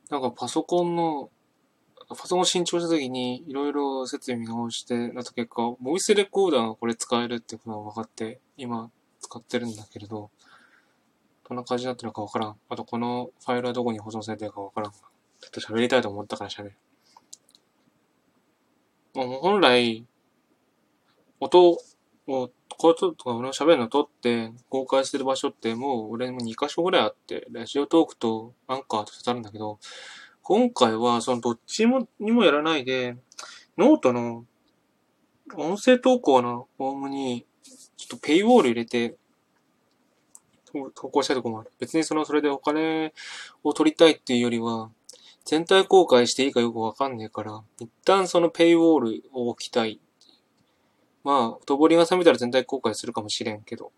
なんかパソコン新調した時にいろいろ設備見直してなった結果、ボイスレコーダーがこれ使えるってことが分かって、今使ってるんだけれど、どんな感じになってるのか分からん。あとこのファイルはどこに保存されてるか分からん。ちょっと喋りたいと思ったから喋る。もう本来、音を、こういうとか俺の喋るの撮って公開してる場所ってもう俺も2箇所ぐらいあって、ラジオトークとアンカーと2つあるんだけど、今回はそのどっちにもやらないで、ノートの音声投稿のフォームにちょっとペイウォール入れて投稿したいところもある。別にそれでお金を取りたいっていうよりは、全体公開していいかよくわかんねえから、一旦そのペイウォールを置きたい。まあ、ほとぼりが冷めたら全体公開するかもしれんけど。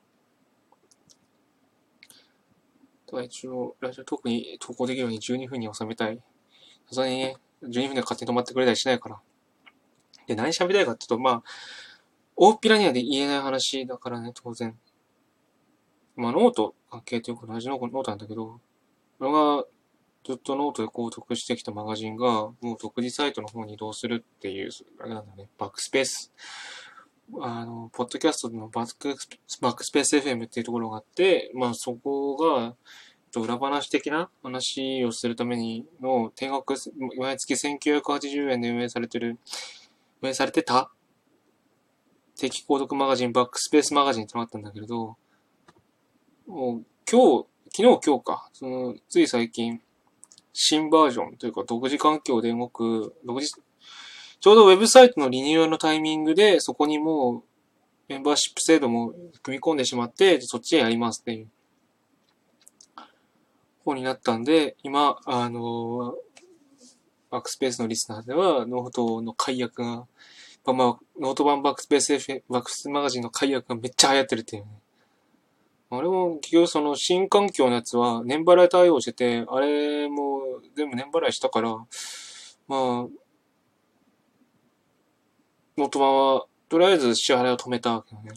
一応、ラジオトークに投稿できるように12分に収めたい。さすがにね、12分で勝手に止まってくれたりしないから。で、何喋りたいかって言うと、まあ、大っぴらにはで言えない話だからね、当然。まあ、ノート関係というか、同じノートなんだけど、俺がずっとノートで購読してきたマガジンが、もう独自サイトの方に移動するっていう、あれなんだね、バックスペース。ポッドキャストのバックスペース FM っていうところがあって、まあそこが、裏話的な話をするためにの定額、毎月1980円で運営されてた定期購読マガジン、バックスペースマガジンってのがあったんだけれど、もう昨日今日か、つい最近、新バージョンというか独自環境で動く、ちょうどウェブサイトのリニューアルのタイミングで、そこにもうメンバーシップ制度も組み込んでしまって、そっちでやりますっていう方になったんで、今、バックスペースのリスナーでは、ノートの解約が、まあ、ノート版バックスペース バックスマガジンの解約がめっちゃ流行ってるっていうね。あれも結局その新環境のやつは年払い対応してて、あれも全部年払いしたから、まあ、ノート版はとりあえず支払いを止めたわけよね。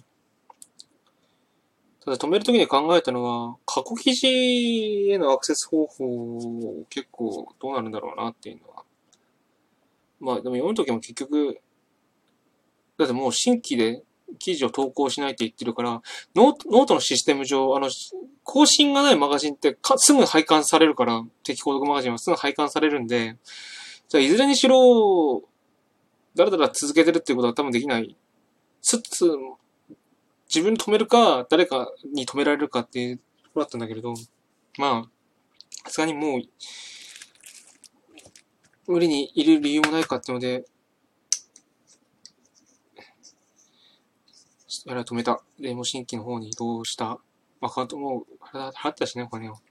ただ止めるときに考えたのは、過去記事へのアクセス方法結構どうなるんだろうなっていうのは。まあでも読むときも結局、だってもう新規で記事を投稿しないって言ってるから、ノートのシステム上、更新がないマガジンってすぐ配管されるから、定期購読マガジンはすぐ配管されるんで、じゃあいずれにしろ、だらだら続けてるっていうことは多分できない。自分に止めるか、誰かに止められるかっていうところだったんだけれど、まあ、さすがにもう、無理にいる理由もないかっていうので、あれは止めた。で、もう新規の方に移動した。アカウントも払ったしね、お金を。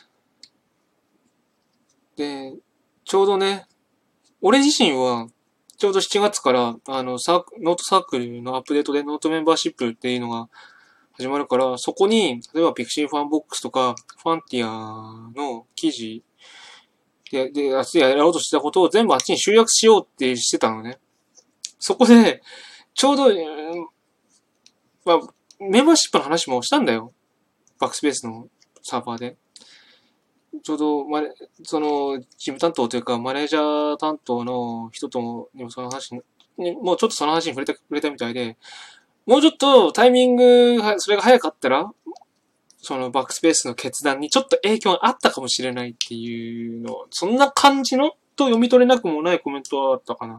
で、ちょうどね、俺自身は、ちょうど7月から、ノートサークルのアップデートでノートメンバーシップっていうのが始まるから、そこに、例えばピクシーファンボックスとか、ファンティアの記事で、あっちでやろうとしてたことを全部あっちに集約しようってしてたのね。そこで、ちょうど、まあ、メンバーシップの話もしたんだよ。バックスペースのサーバーで。ちょうど、事務担当というか、マネージャー担当の人とにもその話に、もうちょっとその話に触れたみたいで、もうちょっとタイミング、それが早かったら、そのバックスペースの決断にちょっと影響があったかもしれないっていうの、そんな感じのと読み取れなくもないコメントはあったかな。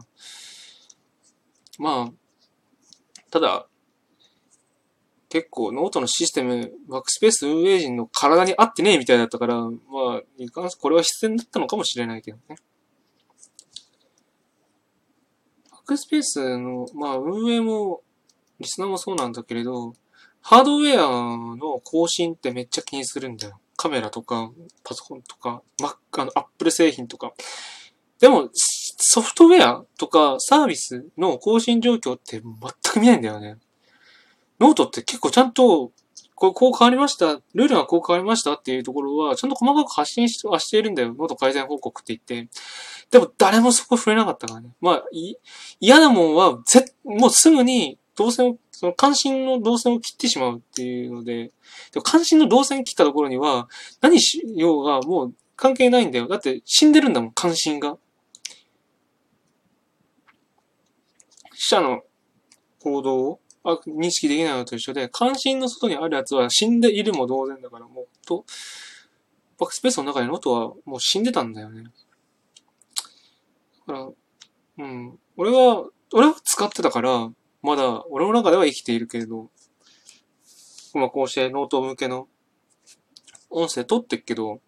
まあ、ただ、結構ノートのシステム、バックスペース運営陣の体に合ってねえみたいだったから、まあ、いかんせんこれは必然だったのかもしれないけどね。バックスペースの、まあ運営も、リスナーもそうなんだけれど、ハードウェアの更新ってめっちゃ気にするんだよ。カメラとか、パソコンとか、アップル製品とか。でも、ソフトウェアとかサービスの更新状況って全く見ないんだよね。ノートって結構ちゃんと、こう変わりました。ルールがこう変わりましたっていうところは、ちゃんと細かく発信しているんだよ。ノート改善報告って言って。でも誰もそこ触れなかったからね。まあ、嫌なもんは、もうすぐにその関心の動線を切ってしまうっていうので、でも関心の動線切ったところには、何しようがもう関係ないんだよ。だって死んでるんだもん、関心が。死者の行動を認識できないのと一緒で、関心の外にあるやつは死んでいるも同然だから、もう、バックスペースの中にノートはもう死んでたんだよね。だから、うん。俺は使ってたから、まだ、俺の中では生きているけれど、まあこうしてノート向けの音声取ってっけど、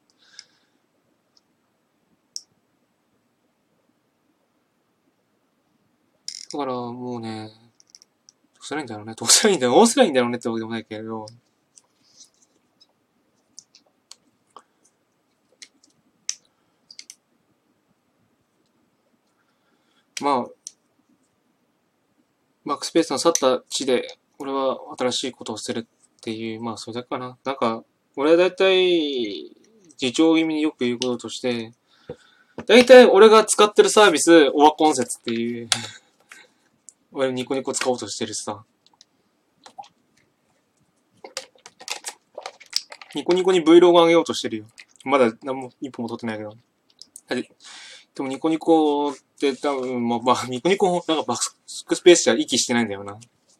だからもうね、どうすりゃいいんだろうね。どうすりゃいいんだろう。どうすりゃいいんだろうねってわけでもないけれど、まあ、バックスペースの去った地で、俺は新しいことをするっていう、まあそれだけかな。なんか、俺はだいたい、自重気味によく言うこととして、だいたい俺が使ってるサービス、オワコン説っていう、俺ニコニコ使おうとしてるしさ。ニコニコに Vlog 上げようとしてるよ。まだ何も一歩も取ってないけど。でもニコニコって多分、まあ、ニコニコなんかバックスペースじゃ息してないんだよな。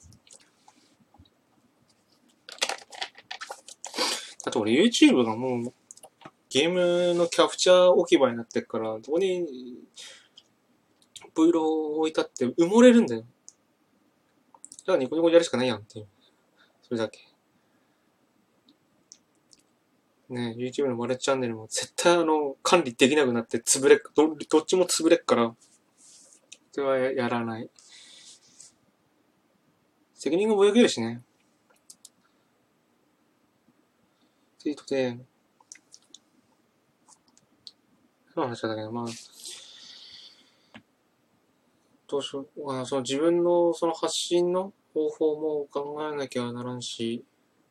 あと俺 YouTube がもうゲームのキャプチャー置き場になってるから、どこに Vlog 置いたって埋もれるんだよ。じゃあニコニコでやるしかないやんっていう。それだけ。ね YouTube のマルチチャンネルも絶対管理できなくなって潰れ、どっちも潰れっから、それはやらない。責任がぼやけるしね。ツイートで、そう話だけど、まあ、どうしよう。その自分のその発信の方法も考えなきゃならんし、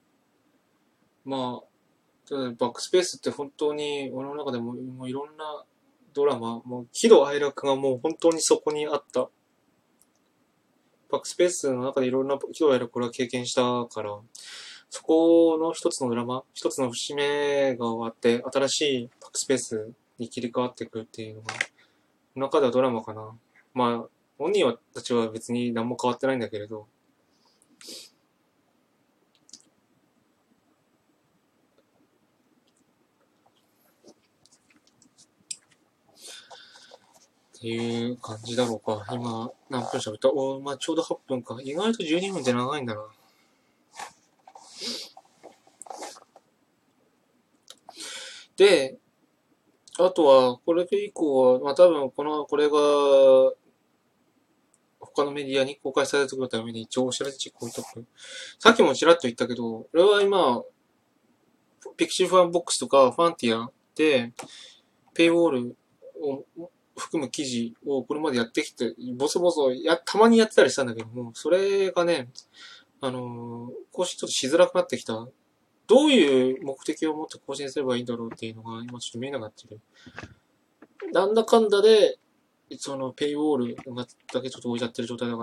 まあ、バックスペースって本当に俺の中でもいろんなドラマ、もう喜怒哀楽がもう本当にそこにあった。バックスペースの中でいろんな喜怒哀楽を俺は経験したから、そこの一つのドラマ、一つの節目が終わって、新しいバックスペースに切り替わっていくっていうのが、中ではドラマかな。まあ、本人たちは別に何も変わってないんだけれど、っていう感じだろうか。今、何分喋った？まあちょうど8分か。意外と12分って長いんだな。で、あとは、これ以降は、まあ多分これが、他のメディアに公開されてくるために一応お知らせチェック置いとく。さっきもちらっと言ったけど、俺は今、ピクシーファンボックスとかファンティアで、ペイウォールを含む記事をこれまでやってきて、ボソボソたまにやってたりしたんだけども、それがね、更新ちょっとしづらくなってきた。どういう目的を持って更新すればいいんだろうっていうのが今ちょっと見えなくなってる。なんだかんだで、そのペイウォールだけちょっと置いちゃってる状態だから、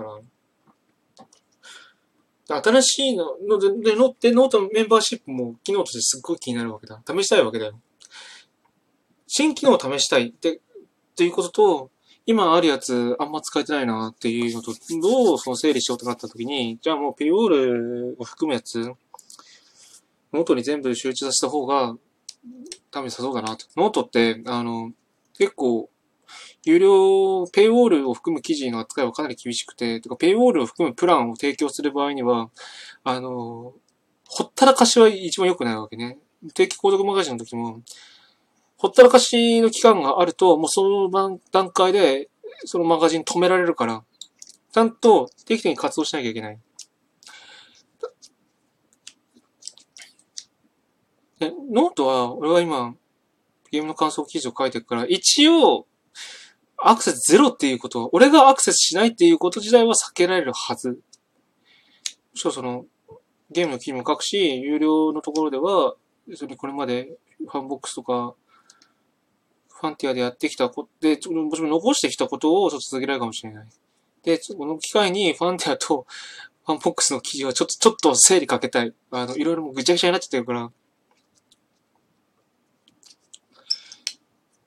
新しいので、ノートメンバーシップも機能としてすっごい気になるわけだ。試したいわけだよ。新機能を試したいっていうことと、今あるやつあんま使えてないなっていうのと、どうその整理しようとなった時に、じゃあもうペイウォールを含むやつ、ノートに全部集中させた方が、試さそうだなと。ノートって、結構、有料、ペイウォールを含む記事の扱いはかなり厳しくて、ペイウォールを含むプランを提供する場合には、ほったらかしは一番良くないわけね。定期購読マガジンの時も、ほったらかしの期間があると、もうその段階で、そのマガジン止められるから、ちゃんと定期的に活動しなきゃいけない。でノートは、俺は今、ゲームの感想記事を書いてるから、一応、アクセスゼロっていうことは、俺がアクセスしないっていうこと自体は避けられるはず。しかもその、ゲームの記事も書くし、有料のところでは、それこれまでファンボックスとか、ファンティアでやってきたことで、もちろん残してきたことをちょっと続けられるかもしれない。で、この機会にファンティアとファンボックスの記事はちょっと整理かけたい。いろいろもうぐちゃぐちゃになっちゃってるから、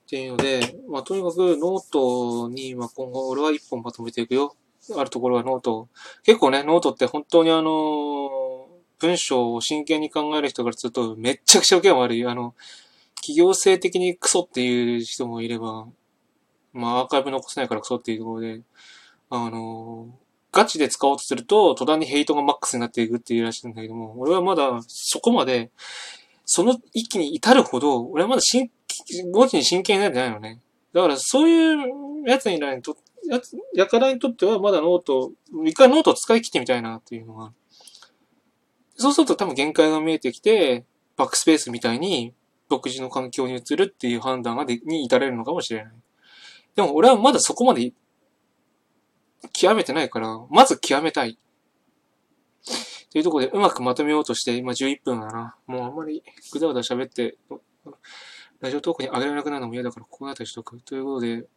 っていうので、まあ、とにかくノートに、まあ、今後俺は一本まとめていくよ。あるところはノート。結構ね、ノートって本当に文章を真剣に考える人からするとめっちゃくちゃ受けが悪い。企業性的にクソっていう人もいれば、まあ、アーカイブ残せないからクソっていうところで、ガチで使おうとすると、途端にヘイトがマックスになっていくっていうらしいんだけども、俺はまだそこまで、その域に至るほど、俺はまだ文字に真剣になってないのね。だからそういうやつにと、やからにとってはまだノート、一回ノートを使い切ってみたいなっていうのが。そうすると多分限界が見えてきて、バックスペースみたいに独自の環境に移るっていう判断に至れるのかもしれない。でも俺はまだそこまで極めてないから、まず極めたい。というところでうまくまとめようとして、今11分だな。もうあんまりぐだぐだ喋って、ラジオトークに上げられなくなるのも嫌だから、ここのあたりしとく。ということで、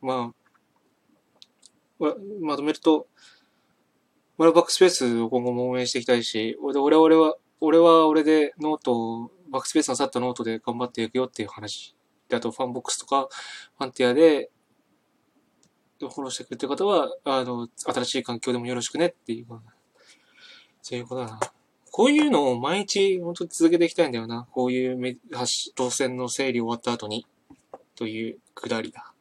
まとめると、俺はバックスペースを今後も応援していきたいし、俺は俺でノートを、バックスペースの去ったノートで頑張っていくよっていう話。で、あとファンボックスとか、ファンティアで、フォローしてくれてる方は、新しい環境でもよろしくねっていう、そういうことだな。こういうのを毎日本当に続けていきたいんだよな。こういう動線の整理終わった後に、というくだりだ。